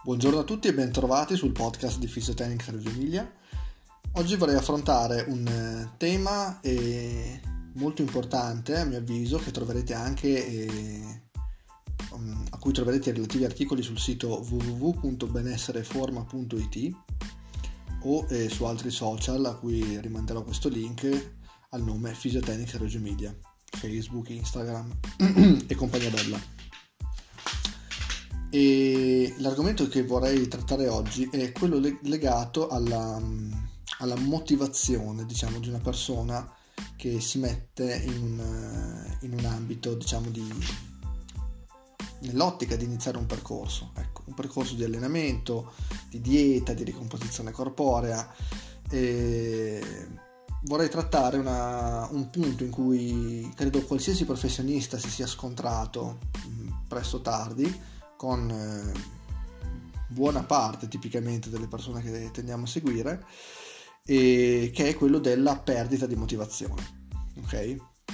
Buongiorno a tutti e bentrovati sul podcast di Fisiotecnica Reggio Emilia. Oggi vorrei affrontare un tema molto importante, a mio avviso, che troverete anche a cui troverete i relativi articoli sul sito www.benessereforma.it o su altri social a cui rimanderò questo link al nome Fisiotecnica Reggio Emilia, Facebook, Instagram e compagnia bella. E l'argomento che vorrei trattare oggi è quello legato alla motivazione, diciamo, di una persona che si mette in un ambito, diciamo, nell'ottica di iniziare un percorso, ecco, un percorso di allenamento, di dieta, di ricomposizione corporea. Vorrei trattare un punto in cui credo qualsiasi professionista si sia scontrato presto o tardi con buona parte tipicamente delle persone che tendiamo a seguire, che è quello della perdita di motivazione, ok?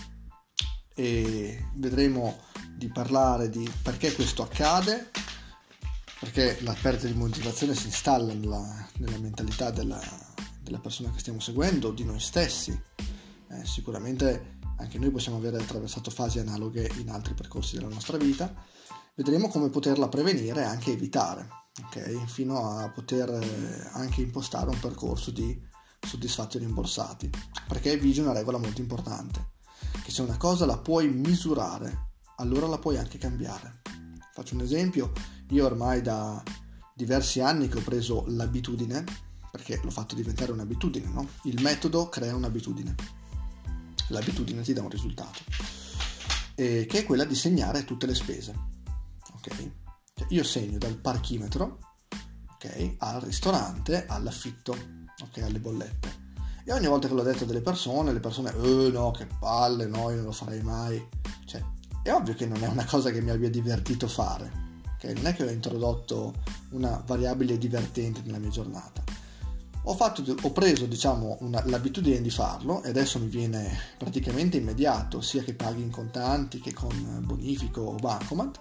E vedremo di parlare di perché questo accade, perché la perdita di motivazione si installa nella mentalità della persona che stiamo seguendo, di noi stessi. Sicuramente anche noi possiamo aver attraversato fasi analoghe in altri percorsi della nostra vita. Vedremo come poterla prevenire e anche evitare, ok? Fino a poter anche impostare un percorso di soddisfatti o rimborsati, perché vige una regola molto importante, che se una cosa la puoi misurare, allora la puoi anche cambiare. Faccio un esempio: io ormai da diversi anni che ho preso l'abitudine, perché l'ho fatto diventare un'abitudine, no? Il metodo crea un'abitudine, l'abitudine ti dà un risultato, che è quella di segnare tutte le spese. Okay. Io segno dal parchimetro, okay, al ristorante, all'affitto, okay, alle bollette, e ogni volta che l'ho detto a delle persone, le persone no, che palle, no, io non lo farei mai. Cioè, è ovvio che non è una cosa che mi abbia divertito fare, okay? Non è che ho introdotto una variabile divertente nella mia giornata. Ho preso, diciamo, l'abitudine di farlo, e adesso mi viene praticamente immediato, sia che paghi in contanti che con bonifico o bancomat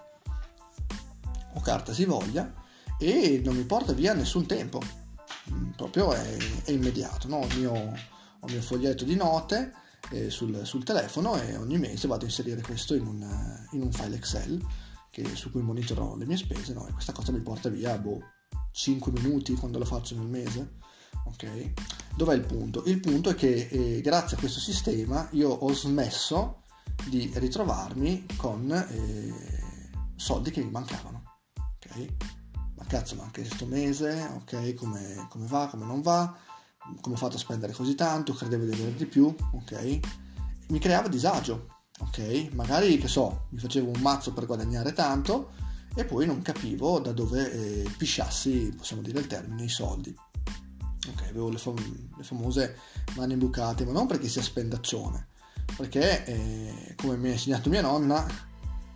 o carta si voglia, e non mi porta via nessun tempo, proprio è immediato, no? Ho il mio foglietto di note sul telefono, e ogni mese vado a inserire questo in un file Excel su cui monitorò le mie spese, no? E questa cosa mi porta via 5 minuti quando lo faccio nel mese, ok? Dov'è il punto? Il punto è che grazie a questo sistema io ho smesso di ritrovarmi con soldi che mi mancavano. Ma cazzo, ma anche sto mese, ok, come va, come non va, come ho fatto a spendere così tanto, credevo di avere di più, ok? Mi creava disagio, ok? Magari, che so, mi facevo un mazzo per guadagnare tanto e poi non capivo da dove pisciassi, possiamo dire il termine, i soldi. Ok, avevo le famose mani bucate, ma non perché sia spendaccione, perché come mi ha insegnato mia nonna,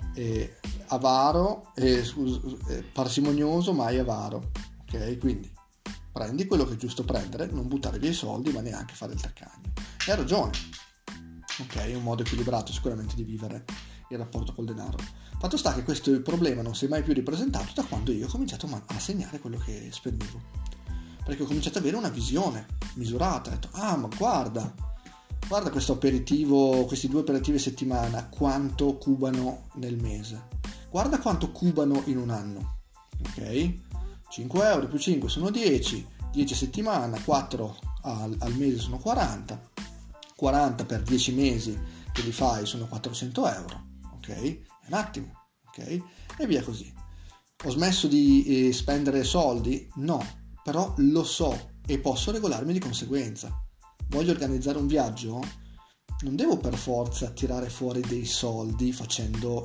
avaro, parsimonioso mai avaro, ok? Quindi prendi quello che è giusto prendere, non buttare via i soldi, ma neanche fare il taccagno. E ha ragione, ok? È un modo equilibrato sicuramente di vivere il rapporto col denaro. Fatto sta che questo problema non si è mai più ripresentato da quando io ho cominciato a segnare quello che spendevo, perché ho cominciato ad avere una visione misurata. Ho detto, ma guarda questo aperitivo, questi 2 aperitivi a settimana, quanto cubano nel mese, guarda quanto cubano in un anno, ok? 5 euro più 5 sono 10 a settimana, 4 al mese sono 40 per 10 mesi che li fai sono 400 euro, ok? È un attimo, ok? E via così. Ho smesso di spendere soldi? No, però lo so e posso regolarmi di conseguenza. Voglio organizzare un viaggio? Non devo per forza tirare fuori dei soldi facendo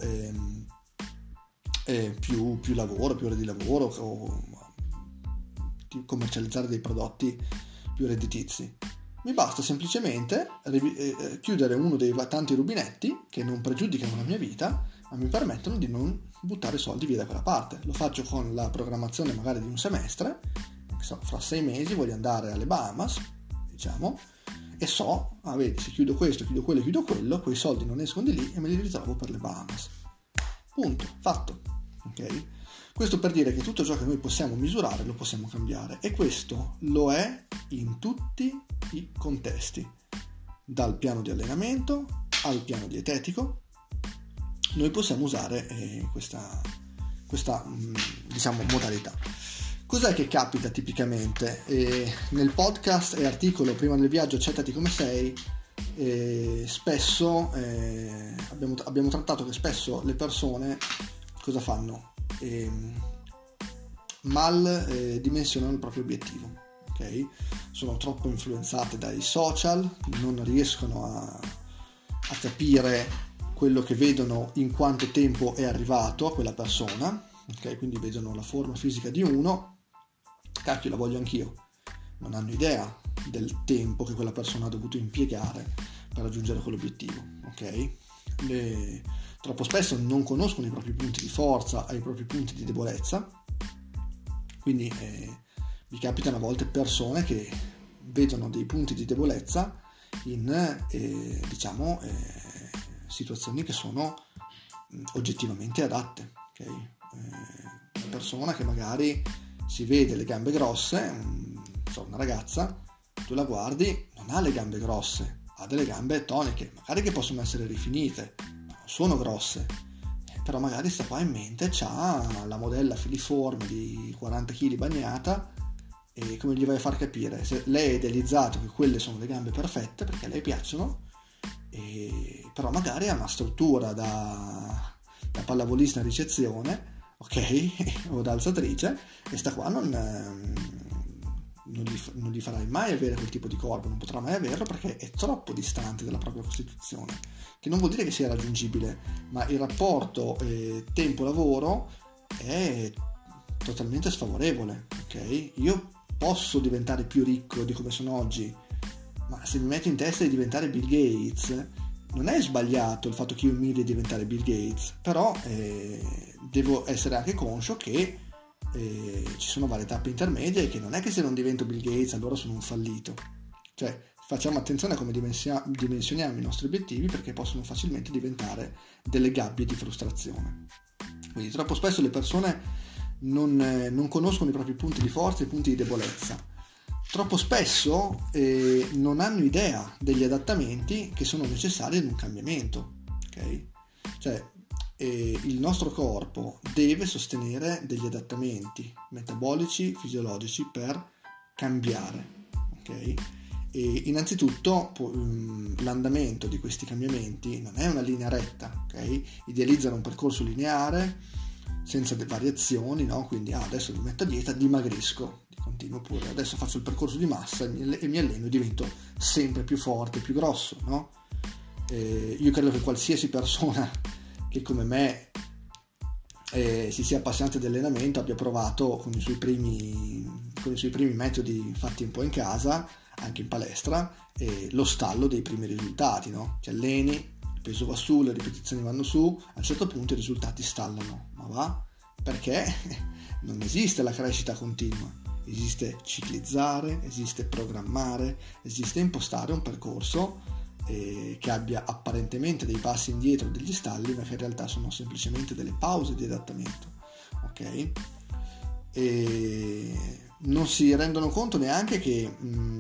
più lavoro, più ore di lavoro, o commercializzare dei prodotti più redditizi. Mi basta semplicemente chiudere uno dei tanti rubinetti che non pregiudicano la mia vita, ma mi permettono di non buttare soldi via da quella parte. Lo faccio con la programmazione magari di un semestre, fra 6 mesi voglio andare alle Bahamas, diciamo, e so, vedi, se chiudo questo, chiudo quello, quei soldi non escono di lì e me li ritrovo per le Bahamas. Punto, fatto, ok? Questo per dire che tutto ciò che noi possiamo misurare lo possiamo cambiare, e questo lo è in tutti i contesti, dal piano di allenamento al piano dietetico. Noi possiamo usare questa diciamo modalità. Cos'è che capita tipicamente? Nel podcast e articolo Prima del viaggio accettati come sei, spesso abbiamo trattato che spesso le persone cosa fanno? Mal dimensionano il proprio obiettivo, ok? Sono troppo influenzate dai social, non riescono a capire quello che vedono in quanto tempo è arrivato a quella persona, ok? Quindi vedono la forma fisica di uno, cacchio, la voglio anch'io. Non hanno idea del tempo che quella persona ha dovuto impiegare per raggiungere quell'obiettivo, ok? Troppo spesso non conoscono i propri punti di forza e i propri punti di debolezza, quindi mi capitano a volte persone che vedono dei punti di debolezza in situazioni che sono oggettivamente adatte, ok? Una persona che magari si vede le gambe grosse, una ragazza, tu la guardi, non ha le gambe grosse, ha delle gambe toniche, magari che possono essere rifinite, sono grosse, però magari sta qua in mente c'ha la modella filiforme di 40 kg bagnata, e come gli vai a far capire? Se lei è idealizzato che quelle sono le gambe perfette perché a lei piacciono, però magari ha una struttura da pallavolista in ricezione, ok, o da alzatrice, e sta qua non gli farai mai avere quel tipo di corpo, non potrà mai averlo perché è troppo distante dalla propria costituzione, che non vuol dire che sia raggiungibile, ma il rapporto tempo-lavoro è totalmente sfavorevole, ok? Io posso diventare più ricco di come sono oggi, ma se mi metto in testa di diventare Bill Gates, non è sbagliato il fatto che io miri a diventare Bill Gates, però devo essere anche conscio che ci sono varie tappe intermedie, e che non è che se non divento Bill Gates allora sono un fallito. Cioè, facciamo attenzione a come dimensioniamo i nostri obiettivi, perché possono facilmente diventare delle gabbie di frustrazione. Quindi troppo spesso le persone non conoscono i propri punti di forza e i punti di debolezza. Troppo spesso non hanno idea degli adattamenti che sono necessari ad un cambiamento, ok? Cioè, il nostro corpo deve sostenere degli adattamenti metabolici, fisiologici per cambiare, ok? E innanzitutto l'andamento di questi cambiamenti non è una linea retta, ok? Idealizzano un percorso lineare senza variazioni, no? Quindi adesso mi metto a dieta, dimagrisco, continuo pure, adesso faccio il percorso di massa e mi alleno e divento sempre più forte, più grosso, no? Io credo che qualsiasi persona che come me si sia appassionata di allenamento abbia provato con i suoi primi metodi fatti un po' in casa, anche in palestra, lo stallo dei primi risultati, no? Ti alleni, il peso va su, le ripetizioni vanno su, a un certo punto i risultati stallano, ma va? Perché non esiste la crescita continua, esiste ciclizzare, esiste programmare, esiste impostare un percorso che abbia apparentemente dei passi indietro, degli stalli, ma che in realtà sono semplicemente delle pause di adattamento, ok? E non si rendono conto neanche che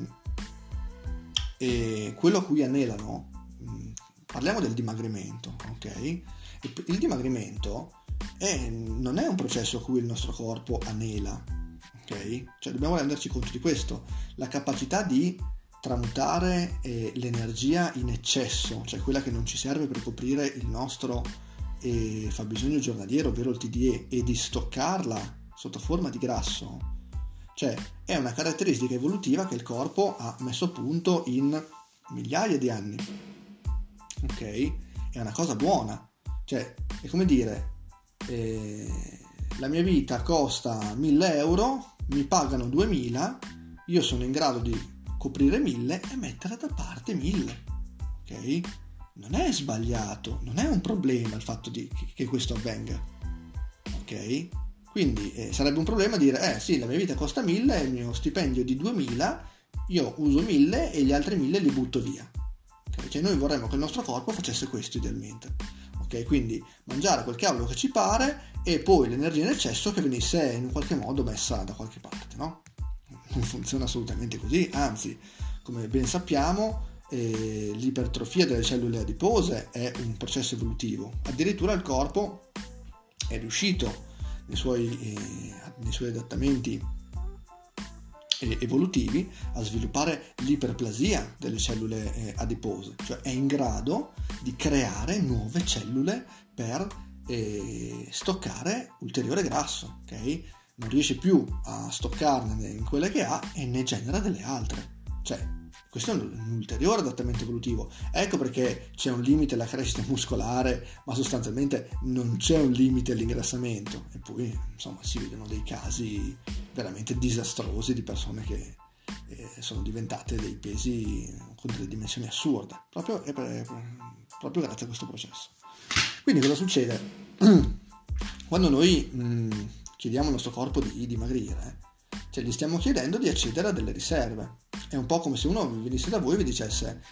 quello a cui anelano, parliamo del dimagrimento, ok? Il dimagrimento non è un processo a cui il nostro corpo anela, ok? Cioè dobbiamo renderci conto di questo, la capacità di tramutare l'energia in eccesso, cioè quella che non ci serve per coprire il nostro fabbisogno giornaliero, ovvero il TDE, e di stoccarla sotto forma di grasso, cioè è una caratteristica evolutiva che il corpo ha messo a punto in migliaia di anni, ok? È una cosa buona, cioè è come dire la mia vita costa 1.000 euro, mi pagano 2.000, io sono in grado di coprire 1.000 e mettere da parte 1.000, ok? Non è sbagliato, non è un problema il fatto che questo avvenga, ok? Quindi sarebbe un problema dire sì, la mia vita costa 1.000, il mio stipendio è di 2.000, io uso 1.000 e gli altri 1.000 li butto via, okay? Cioè noi vorremmo che il nostro corpo facesse questo idealmente, ok? ok? Quindi mangiare quel cavolo che ci pare e poi l'energia in eccesso che venisse in qualche modo messa da qualche parte, no? Non funziona assolutamente così, anzi, come ben sappiamo, l'ipertrofia delle cellule adipose è un processo evolutivo. Addirittura il corpo è riuscito nei suoi adattamenti evolutivi a sviluppare l'iperplasia delle cellule adipose, cioè è in grado di creare nuove cellule per stoccare ulteriore grasso, ok? Non riesce più a stoccarne in quelle che ha e ne genera delle altre, cioè questo è un ulteriore adattamento evolutivo. Ecco perché c'è un limite alla crescita muscolare, ma sostanzialmente non c'è un limite all'ingrassamento. E poi, insomma, si vedono dei casi veramente disastrosi di persone che sono diventate dei pesi con delle dimensioni assurde, proprio grazie a questo processo. Quindi cosa succede? Quando noi chiediamo al nostro corpo di dimagrire, cioè gli stiamo chiedendo di accedere a delle riserve. È un po' come se uno venisse da voi e vi dicesse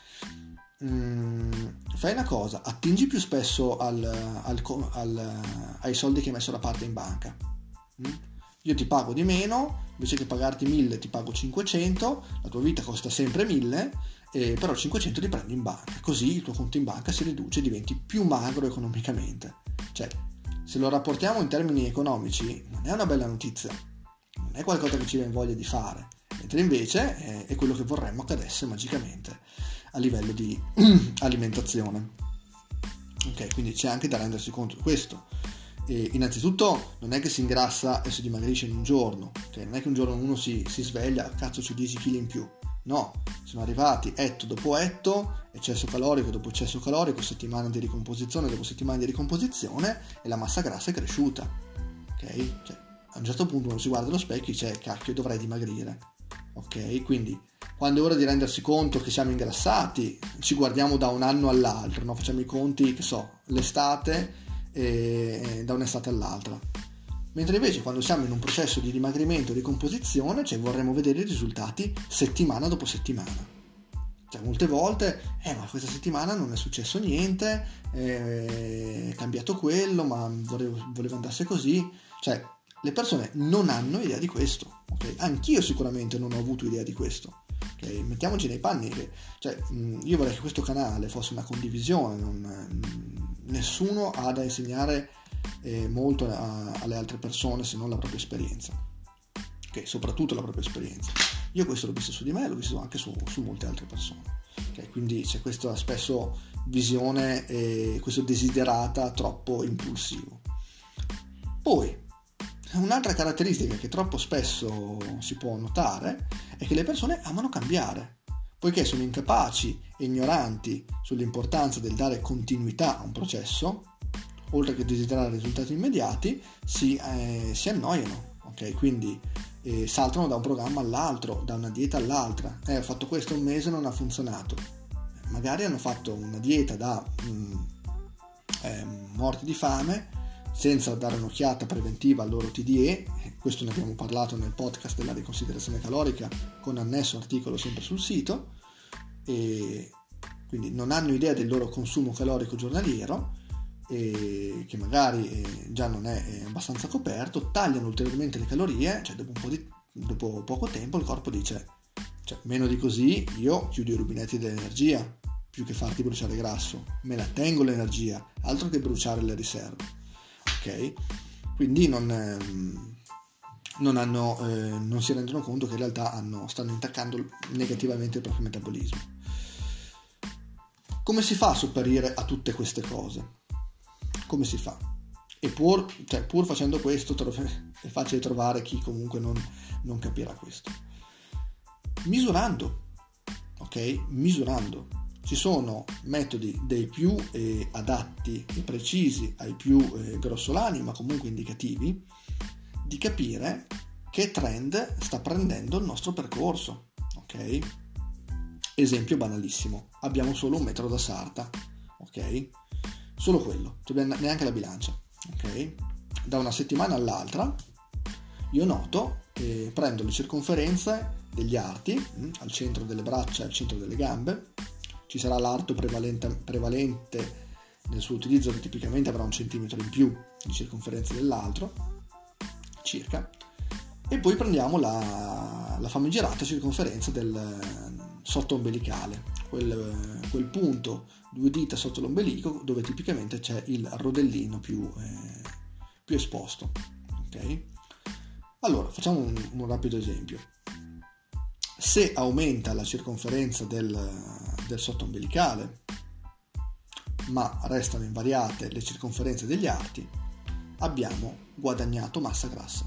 fai una cosa, attingi più spesso ai soldi che hai messo da parte in banca. Io ti pago di meno, invece che pagarti 1000 ti pago 500, la tua vita costa sempre 1000, però 500 li prendi in banca, così il tuo conto in banca si riduce e diventi più magro economicamente. Cioè, se lo rapportiamo in termini economici, non è una bella notizia, non è qualcosa che ci viene voglia di fare, mentre invece è quello che vorremmo accadesse magicamente a livello di alimentazione. Ok, quindi c'è anche da rendersi conto di questo. E innanzitutto non è che si ingrassa e si dimagrisce in un giorno, cioè non è che un giorno uno si sveglia, cazzo c'ho 10 kg in più, no, sono arrivati etto dopo etto, eccesso calorico dopo eccesso calorico, settimana di ricomposizione dopo settimana di ricomposizione e la massa grassa è cresciuta, ok? Cioè, a un certo punto uno si guarda allo specchio e dice cacchio dovrei dimagrire, ok? Quindi quando è ora di rendersi conto che siamo ingrassati ci guardiamo da un anno all'altro, no? Facciamo i conti, che so, l'estate da un'estate all'altra, mentre invece quando siamo in un processo di dimagrimento e ricomposizione, cioè vorremmo vedere i risultati settimana dopo settimana. Cioè molte volte ma questa settimana non è successo niente, è cambiato quello, ma volevo andasse così. Cioè le persone non hanno idea di questo, okay? Anch'io sicuramente non ho avuto idea di questo, okay? Mettiamoci nei panni che, cioè, io vorrei che questo canale fosse una condivisione, nessuno ha da insegnare molto alle altre persone se non la propria esperienza, okay? Soprattutto la propria esperienza. Io questo l'ho visto su di me, l'ho visto anche su molte altre persone, okay? Quindi c'è questa spesso visione questo desiderata troppo impulsivo. Poi un'altra caratteristica che troppo spesso si può notare è che le persone amano cambiare, poiché sono incapaci e ignoranti sull'importanza del dare continuità a un processo, oltre che desiderare risultati immediati, si annoiano, ok? Quindi saltano da un programma all'altro, da una dieta all'altra. Ho fatto questo un mese e non ha funzionato. Magari hanno fatto una dieta da morti di fame, senza dare un'occhiata preventiva al loro TDE, questo ne abbiamo parlato nel podcast della riconsiderazione calorica con annesso articolo sempre sul sito, e quindi non hanno idea del loro consumo calorico giornaliero, che magari già non è abbastanza coperto, tagliano ulteriormente le calorie, cioè dopo poco tempo il corpo dice, cioè, meno di così io chiudo i rubinetti dell'energia, più che farti bruciare grasso, me la tengo l'energia, altro che bruciare le riserve. Ok, quindi non si rendono conto che in realtà stanno intaccando negativamente il proprio metabolismo. Come si fa a sopperire a tutte queste cose? Come si fa? E pur facendo questo è facile trovare chi comunque non capirà questo. Misurando, ok? Misurando. Ci sono metodi dei più adatti e precisi ai più grossolani, ma comunque indicativi, di capire che trend sta prendendo il nostro percorso, ok? Esempio banalissimo, abbiamo solo un metro da sarta, ok? Solo quello, neanche la bilancia, ok? Da una settimana all'altra io noto prendo le circonferenze degli arti al centro delle braccia e al centro delle gambe. Ci sarà l'arto prevalente nel suo utilizzo, che tipicamente avrà 1 centimetro in più di circonferenza dell'altro, circa, e poi prendiamo la famigerata circonferenza del sottoombelicale, quel punto 2 dita sotto l'ombelico dove tipicamente c'è il rodellino più esposto. Ok? Allora, facciamo un rapido esempio. Se aumenta la circonferenza del sottoombelicale, ma restano invariate le circonferenze degli arti, abbiamo guadagnato massa grassa.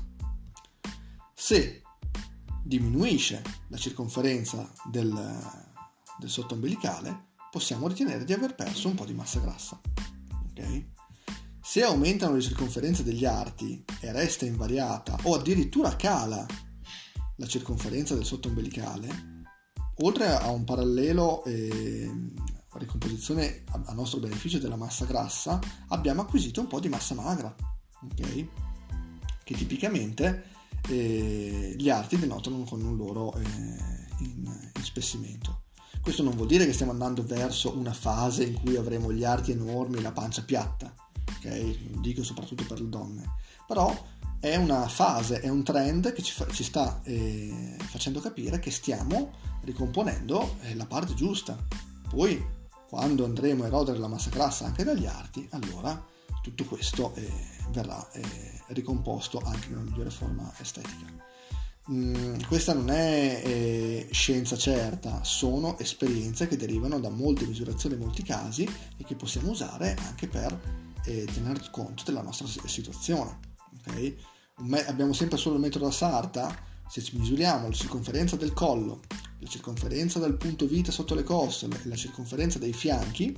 Se diminuisce la circonferenza del sottoombelicale, possiamo ritenere di aver perso un po' di massa grassa. Ok? Se aumentano le circonferenze degli arti e resta invariata o addirittura cala la circonferenza del sottoombelicale, oltre a un parallelo ricomposizione a nostro beneficio della massa grassa, abbiamo acquisito un po' di massa magra, ok? Che tipicamente gli arti denotano con un loro ispessimento. Questo non vuol dire che stiamo andando verso una fase in cui avremo gli arti enormi e la pancia piatta, ok? Lo dico soprattutto per le donne, però è una fase, è un trend che ci sta facendo capire che stiamo ricomponendo la parte giusta. Poi, quando andremo a erodere la massa grassa anche dagli arti, allora tutto questo verrà ricomposto anche in una migliore forma estetica. Questa non è scienza certa, sono esperienze che derivano da molte misurazioni in molti casi e che possiamo usare anche per tener conto della nostra situazione. Okay? Abbiamo sempre solo il metro da sarta. Se misuriamo la circonferenza del collo, la circonferenza del punto vita sotto le costole e la circonferenza dei fianchi,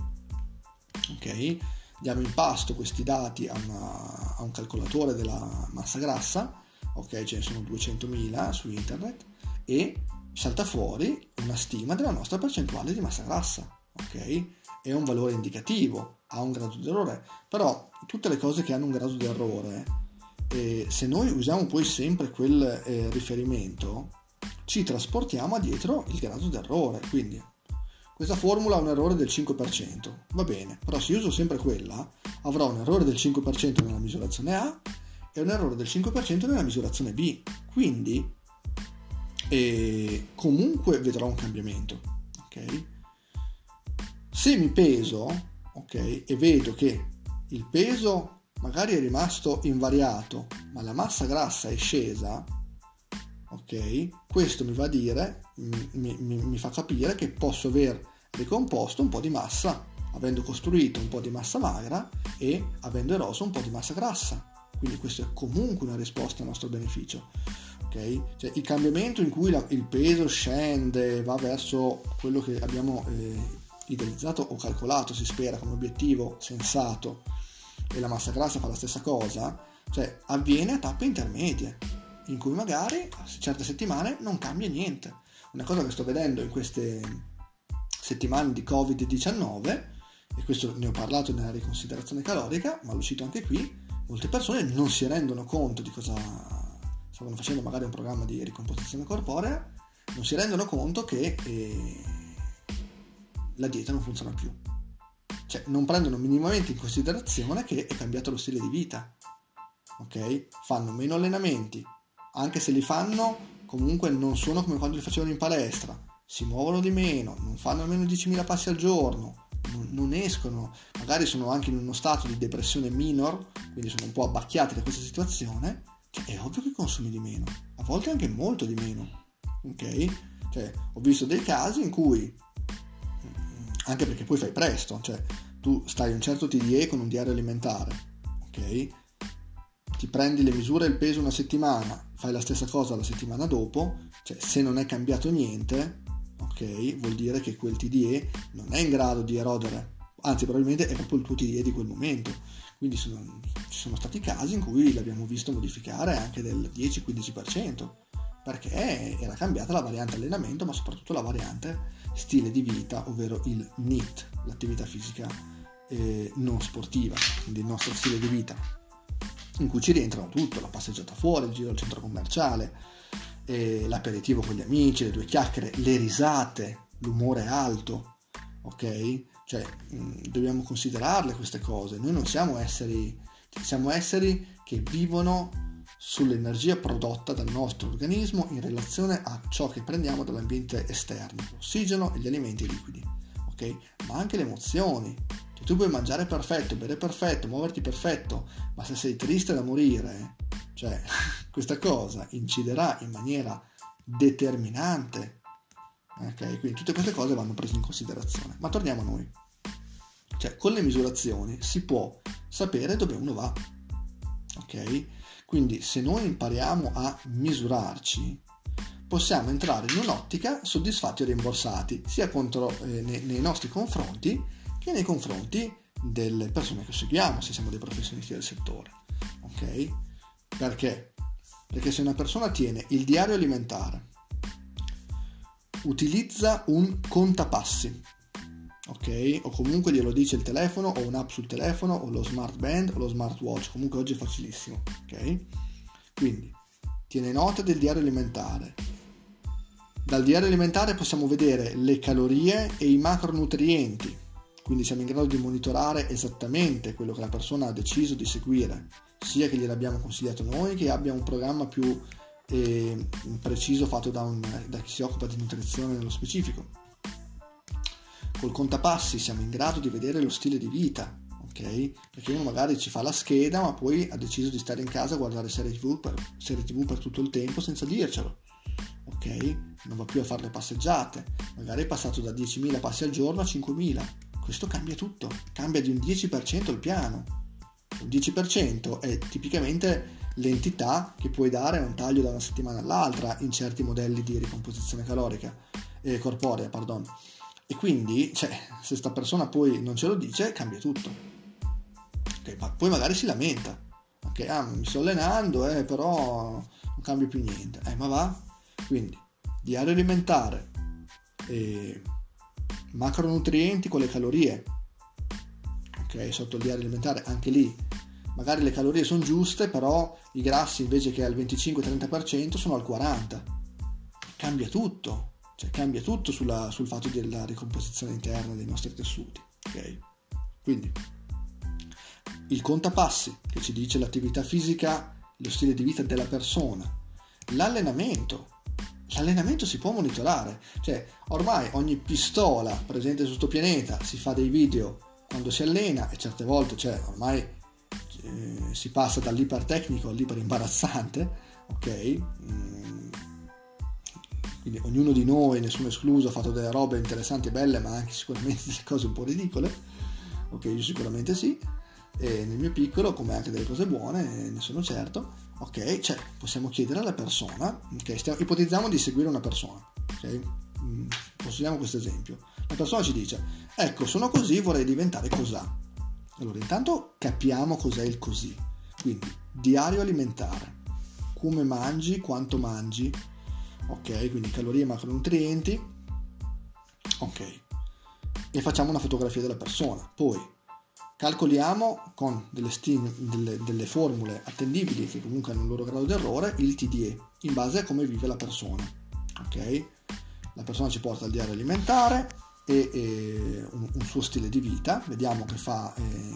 ok, diamo in pasto questi dati a un calcolatore della massa grassa, ok, ce ne sono 200.000 su internet, e salta fuori una stima della nostra percentuale di massa grassa, ok? È un valore indicativo, ha un grado di errore, però tutte le cose che hanno un grado di errore, se noi usiamo poi sempre quel riferimento, ci trasportiamo dietro il grado d'errore. Quindi questa formula ha un errore del 5%, va bene, però se uso sempre quella avrò un errore del 5% nella misurazione A e un errore del 5% nella misurazione B, quindi comunque vedrò un cambiamento, ok? Se mi peso, ok, e vedo che il peso magari è rimasto invariato, ma la massa grassa è scesa, ok? Questo mi va a dire, mi fa capire che posso aver ricomposto un po' di massa, avendo costruito un po' di massa magra e avendo eroso un po' di massa grassa. Quindi questo è comunque una risposta a nostro beneficio, ok? Cioè il cambiamento in cui il peso scende, va verso quello che abbiamo idealizzato o calcolato, si spera, come obiettivo sensato, e la massa grassa fa la stessa cosa, cioè avviene a tappe intermedie in cui magari certe settimane non cambia niente. Una cosa che sto vedendo in queste settimane di Covid-19, e questo ne ho parlato nella riconsiderazione calorica, ma lo cito anche qui, molte persone non si rendono conto di cosa stavano facendo, magari un programma di ricomposizione corporea, non si rendono conto che la dieta non funziona più. Cioè non prendono minimamente in considerazione che è cambiato lo stile di vita, ok? Fanno meno allenamenti, anche se li fanno comunque non sono come quando li facevano in palestra, si muovono di meno, non fanno almeno 10.000 passi al giorno, non escono, magari sono anche in uno stato di depressione minor, quindi sono un po' abbacchiati da questa situazione. Cioè, è ovvio che consumi di meno, a volte anche molto di meno, ok? Cioè ho visto dei casi in cui, anche perché poi fai presto, cioè tu stai un certo TDE con un diario alimentare, ok? Ti prendi le misure e il peso una settimana, fai la stessa cosa la settimana dopo, cioè se non è cambiato niente, ok, vuol dire che quel TDE non è in grado di erodere, anzi probabilmente è proprio il tuo TDE di quel momento. Quindi ci sono stati casi in cui l'abbiamo visto modificare anche del 10-15%, perché era cambiata la variante allenamento, ma soprattutto la variante stile di vita, ovvero il NEAT, l'attività fisica non sportiva, quindi il nostro stile di vita, in cui ci rientrano tutto: la passeggiata fuori, il giro al centro commerciale, l'aperitivo con gli amici, le 2 chiacchiere, le risate, l'umore alto, ok? cioè dobbiamo considerarle queste cose. Noi non siamo esseri che vivono sull'energia prodotta dal nostro organismo in relazione a ciò che prendiamo dall'ambiente esterno, l'ossigeno e gli alimenti liquidi, ok? Ma anche le emozioni. Cioè, tu puoi mangiare perfetto, bere perfetto, muoverti perfetto, ma se sei triste da morire, cioè questa cosa inciderà in maniera determinante, ok? Quindi tutte queste cose vanno prese in considerazione. Ma torniamo a noi. Cioè, con le misurazioni si può sapere dove uno va, ok? Quindi se noi impariamo a misurarci, possiamo entrare in un'ottica soddisfatti o rimborsati, sia nei nostri confronti che nei confronti delle persone che seguiamo, se siamo dei professionisti del settore, ok? Perché? Perché se una persona tiene il diario alimentare, utilizza un contapassi, ok? O comunque glielo dice il telefono, o un'app sul telefono, o lo smart band, o lo smartwatch, comunque oggi è facilissimo, ok? Quindi tiene nota del diario alimentare. Dal diario alimentare possiamo vedere le calorie e i macronutrienti, quindi siamo in grado di monitorare esattamente quello che la persona ha deciso di seguire, sia che gliel'abbiamo consigliato noi, che abbia un programma più preciso fatto da chi si occupa di nutrizione nello specifico. Col contapassi siamo in grado di vedere lo stile di vita, ok? Perché uno magari ci fa la scheda, ma poi ha deciso di stare in casa a guardare serie TV per tutto il tempo senza dircelo, ok? Non va più a fare le passeggiate, magari è passato da 10.000 passi al giorno a 5.000. Questo cambia tutto, cambia di un 10% il piano. Un 10% è tipicamente l'entità che puoi dare a un taglio da una settimana all'altra in certi modelli di ricomposizione corporea. E quindi, se sta persona poi non ce lo dice, cambia tutto. Okay, ma poi magari si lamenta. Ok, mi sto allenando, però non cambio più niente. Ma va? Quindi, diario alimentare, macronutrienti con le calorie. Ok, sotto il diario alimentare, anche lì, magari le calorie sono giuste, però i grassi invece che al 25-30% sono al 40%. Cambia tutto. Cioè cambia tutto sul fatto della ricomposizione interna dei nostri tessuti, ok? Quindi il contapassi che ci dice l'attività fisica, lo stile di vita della persona, l'allenamento si può monitorare, cioè ormai ogni pistola presente su questo pianeta si fa dei video quando si allena e certe volte ormai si passa dall'ipertecnico all'iperimbarazzante, ok? Quindi ognuno di noi, nessuno escluso, ha fatto delle robe interessanti e belle, ma anche sicuramente delle cose un po' ridicole. Ok, io sicuramente sì, e nel mio piccolo, come anche delle cose buone, ne sono certo. Ok, possiamo chiedere alla persona, ok, ipotizziamo di seguire una persona, ok? Consideriamo questo esempio. La persona ci dice, ecco, sono così, vorrei diventare cos'ha. Allora, intanto capiamo cos'è il così. Quindi, diario alimentare. Come mangi, quanto mangi, ok, quindi calorie e macronutrienti, ok, e facciamo una fotografia della persona. Poi calcoliamo con delle formule attendibili che comunque hanno un loro grado di errore il TDE in base a come vive la persona, ok? La persona ci porta il diario alimentare e un suo stile di vita, vediamo che fa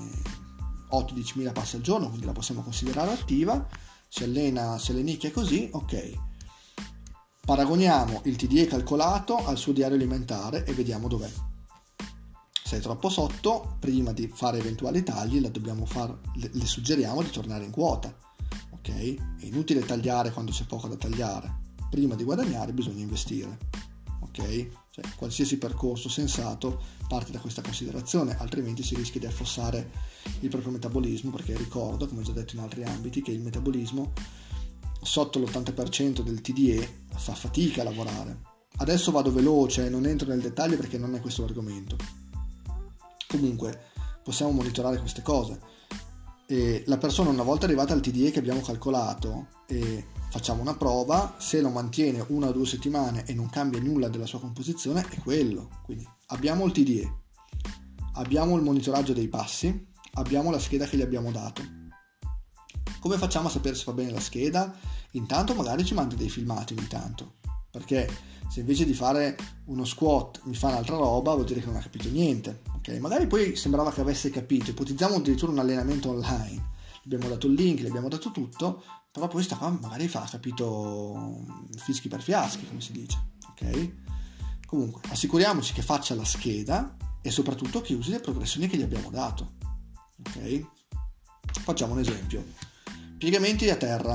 8-10.000 passi al giorno, quindi la possiamo considerare attiva, si allena, se lenicchia così, ok. Paragoniamo il TDE calcolato al suo diario alimentare e vediamo dov'è. Se è troppo sotto, prima di fare eventuali tagli le suggeriamo di tornare in quota, ok? È inutile tagliare quando c'è poco da tagliare. Prima di guadagnare bisogna investire, ok? Qualsiasi percorso sensato parte da questa considerazione, altrimenti si rischia di affossare il proprio metabolismo, perché ricordo, come ho già detto in altri ambiti, che il metabolismo sotto l'80% del TDE fa fatica a lavorare. Adesso vado veloce, non entro nel dettaglio perché non è questo l'argomento. Comunque possiamo monitorare queste cose e la persona, una volta arrivata al TDE che abbiamo calcolato, e facciamo una prova, se lo mantiene 1 o 2 settimane e non cambia nulla della sua composizione, è quello. Quindi abbiamo il TDE, abbiamo il monitoraggio dei passi, abbiamo la scheda che gli abbiamo dato. Come facciamo a sapere se fa bene la scheda? Intanto magari ci manda dei filmati ogni tanto, perché se invece di fare uno squat mi fa un'altra roba, vuol dire che non ha capito niente, ok? Magari poi sembrava che avesse capito, ipotizziamo addirittura un allenamento online, gli abbiamo dato il link, gli abbiamo dato tutto, però poi sta qua magari ha capito fischi per fiaschi, come si dice, ok? Comunque assicuriamoci che faccia la scheda e soprattutto che usi le progressioni che gli abbiamo dato, ok? Facciamo un esempio: piegamenti a terra,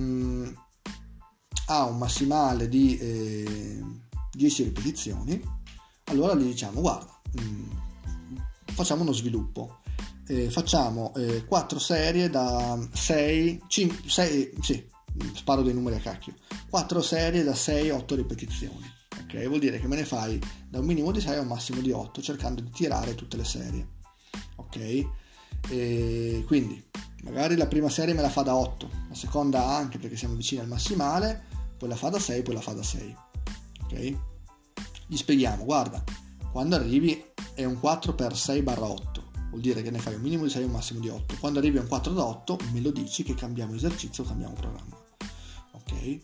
ha un massimale di 10 ripetizioni, allora gli diciamo guarda, facciamo uno sviluppo, facciamo 4 serie da 6, sparo dei numeri a cacchio, 4 serie da 6-8 ripetizioni, ok? Vuol dire che me ne fai da un minimo di 6 a un massimo di 8, cercando di tirare tutte le serie, ok? Quindi magari la prima serie me la fa da 8, la seconda anche perché siamo vicini al massimale, poi la fa da 6, poi la fa da 6, ok? Gli spieghiamo guarda, quando arrivi è un 4x6/8, vuol dire che ne fai un minimo di 6 e un massimo di 8, quando arrivi a un 4 da 8 me lo dici che cambiamo esercizio o cambiamo programma, ok?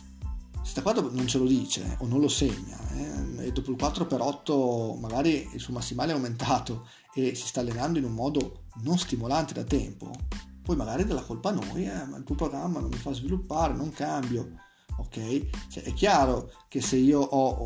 Se qua non ce lo dice o non lo segna, e dopo il 4x8 magari il suo massimale è aumentato e si sta allenando in un modo non stimolante da tempo, poi magari dà la colpa a noi, ma il tuo programma non mi fa sviluppare, non cambio, ok? Cioè, è chiaro che se io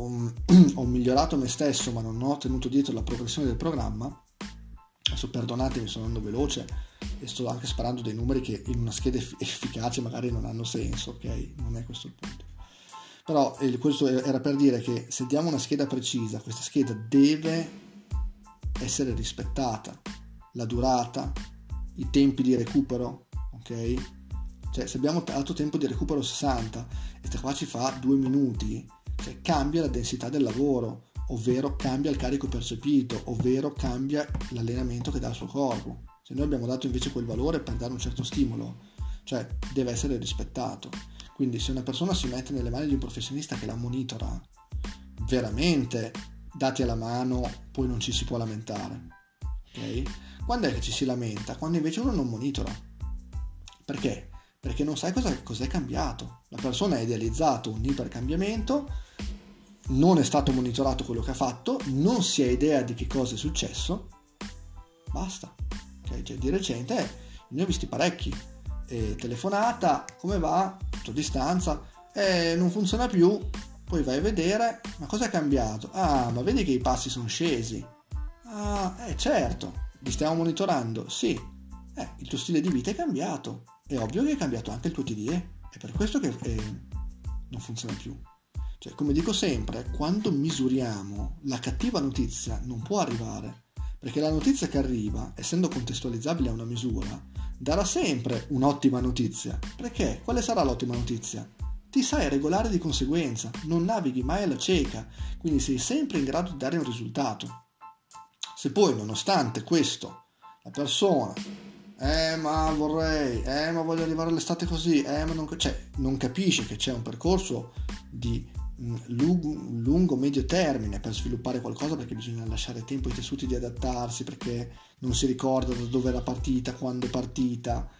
ho migliorato me stesso ma non ho tenuto dietro la progressione del programma, adesso perdonatemi, sono andando veloce e sto anche sparando dei numeri che in una scheda efficace magari non hanno senso, ok? Non è questo il punto. Però questo era per dire che se diamo una scheda precisa, questa scheda deve essere rispettata, la durata, i tempi di recupero, ok? Cioè se abbiamo dato tempo di recupero 60 e sta qua ci fa 2 minuti, cioè cambia la densità del lavoro, ovvero cambia il carico percepito, ovvero cambia l'allenamento che dà al suo corpo. Se noi abbiamo dato invece quel valore per dare un certo stimolo, cioè deve essere rispettato. Quindi se una persona si mette nelle mani di un professionista che la monitora, veramente, dati alla mano, poi non ci si può lamentare, ok? Quando è che ci si lamenta? Quando invece uno non monitora. Perché? Perché non sai cos'è cambiato. La persona ha idealizzato un ipercambiamento, non è stato monitorato quello che ha fatto, non si ha idea di che cosa è successo, basta. Okay? Cioè, di recente ne ho visti parecchi. Telefonata, come va? Tutto a distanza, non funziona più, poi vai a vedere, ma cosa è cambiato? Ah, ma vedi che i passi sono scesi. Ah, certo, li stiamo monitorando, sì, il tuo stile di vita è cambiato, è ovvio che è cambiato anche il tuo TDE, è per questo che non funziona più. Cioè, come dico sempre, quando misuriamo, la cattiva notizia non può arrivare, perché la notizia che arriva, essendo contestualizzabile a una misura, darà sempre un'ottima notizia. Perché? Quale sarà l'ottima notizia? Ti sai regolare di conseguenza, non navighi mai alla cieca, quindi sei sempre in grado di dare un risultato. Se poi, nonostante questo, la persona ma vorrei, ma voglio arrivare all'estate così, ma non capisce che c'è un percorso di lungo medio termine per sviluppare qualcosa, perché bisogna lasciare tempo ai tessuti di adattarsi, perché non si ricorda da dove era partita, quando è partita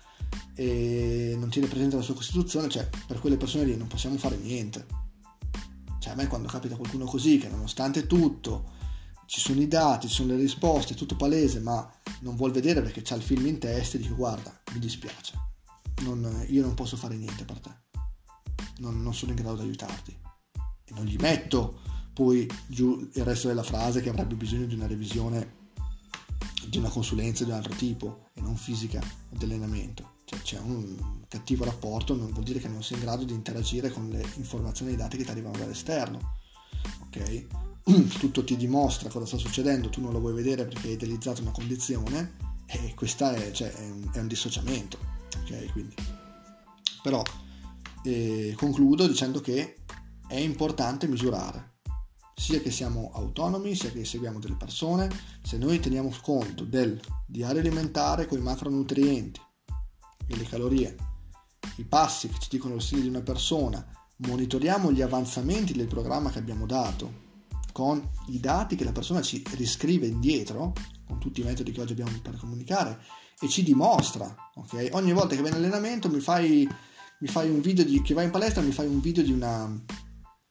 e non tiene presente la sua costituzione, cioè per quelle persone lì non possiamo fare niente. Cioè a me quando capita qualcuno così che nonostante tutto ci sono i dati, ci sono le risposte, è tutto palese, ma non vuol vedere perché c'ha il film in testa e dice guarda, mi dispiace, io non posso fare niente per te, non sono in grado di aiutarti. E non gli metto poi giù il resto della frase che avrebbe bisogno di una revisione, di una consulenza di un altro tipo e non fisica o di allenamento. Cioè c'è un cattivo rapporto, non vuol dire che non sei in grado di interagire con le informazioni e i dati che ti arrivano dall'esterno, ok? Tutto ti dimostra cosa sta succedendo, tu non lo vuoi vedere perché hai idealizzato una condizione e questa è un dissociamento, ok? Quindi però concludo dicendo che è importante misurare, sia che siamo autonomi, sia che seguiamo delle persone. Se noi teniamo conto del diario alimentare con i macronutrienti e le calorie, i passi che ci dicono lo stile di una persona, monitoriamo gli avanzamenti del programma che abbiamo dato con i dati che la persona ci riscrive indietro, con tutti i metodi che oggi abbiamo per comunicare, e ci dimostra, ok? Ogni volta che viene allenamento mi fai un video che vai in palestra, mi fai un video di una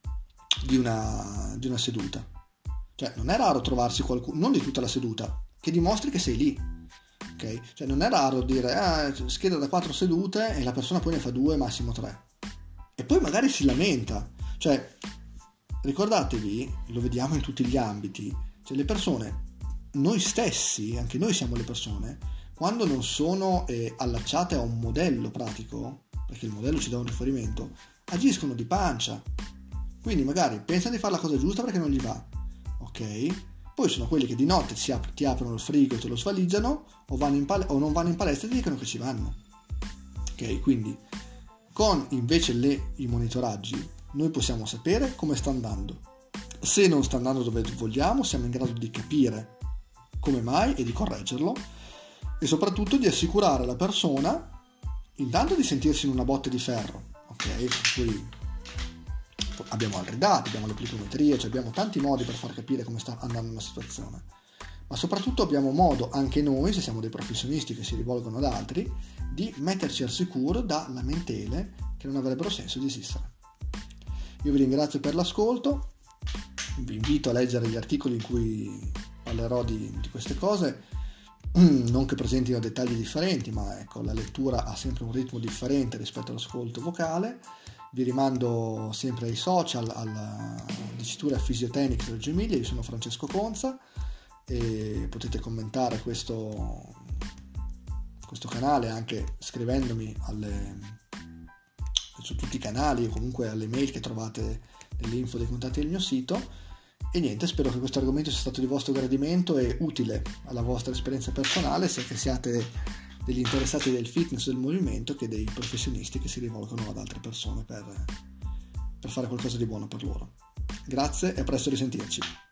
di una seduta. Cioè non è raro trovarsi qualcuno, non di tutta la seduta, che dimostri che sei lì, ok? Cioè non è raro dire scheda da 4 sedute e la persona poi ne fa 2, massimo 3, e poi magari si lamenta. Cioè ricordatevi, lo vediamo in tutti gli ambiti, cioè le persone, noi stessi, anche noi siamo le persone, quando non sono allacciate a un modello pratico, perché il modello ci dà un riferimento, agiscono di pancia. Quindi magari pensano di fare la cosa giusta perché non gli va, ok? Poi sono quelli che di notte ti aprono il frigo e te lo svaligiano, o non vanno in palestra e ti dicono che ci vanno, ok? Quindi con invece i monitoraggi noi possiamo sapere come sta andando. Se non sta andando dove vogliamo, siamo in grado di capire come mai e di correggerlo, e soprattutto di assicurare alla persona intanto di sentirsi in una botte di ferro, ok? Per cui abbiamo altri dati, abbiamo le plitometrie, cioè abbiamo tanti modi per far capire come sta andando una situazione, ma soprattutto abbiamo modo anche noi, se siamo dei professionisti che si rivolgono ad altri, di metterci al sicuro da lamentele che non avrebbero senso di esistere. Io vi ringrazio per l'ascolto, vi invito a leggere gli articoli in cui parlerò di queste cose, non che presentino dettagli differenti, ma ecco, la lettura ha sempre un ritmo differente rispetto all'ascolto vocale. Vi rimando sempre ai social, alla dicitura Physiotechnics Reggio Emilia. Io sono Francesco Conza e potete commentare questo canale anche scrivendomi su tutti i canali o comunque alle mail che trovate nelle info dei contatti del mio sito. E niente, spero che questo argomento sia stato di vostro gradimento e utile alla vostra esperienza personale, sia che siate degli interessati del fitness e del movimento che dei professionisti che si rivolgono ad altre persone per fare qualcosa di buono per loro. Grazie e a presto risentirci.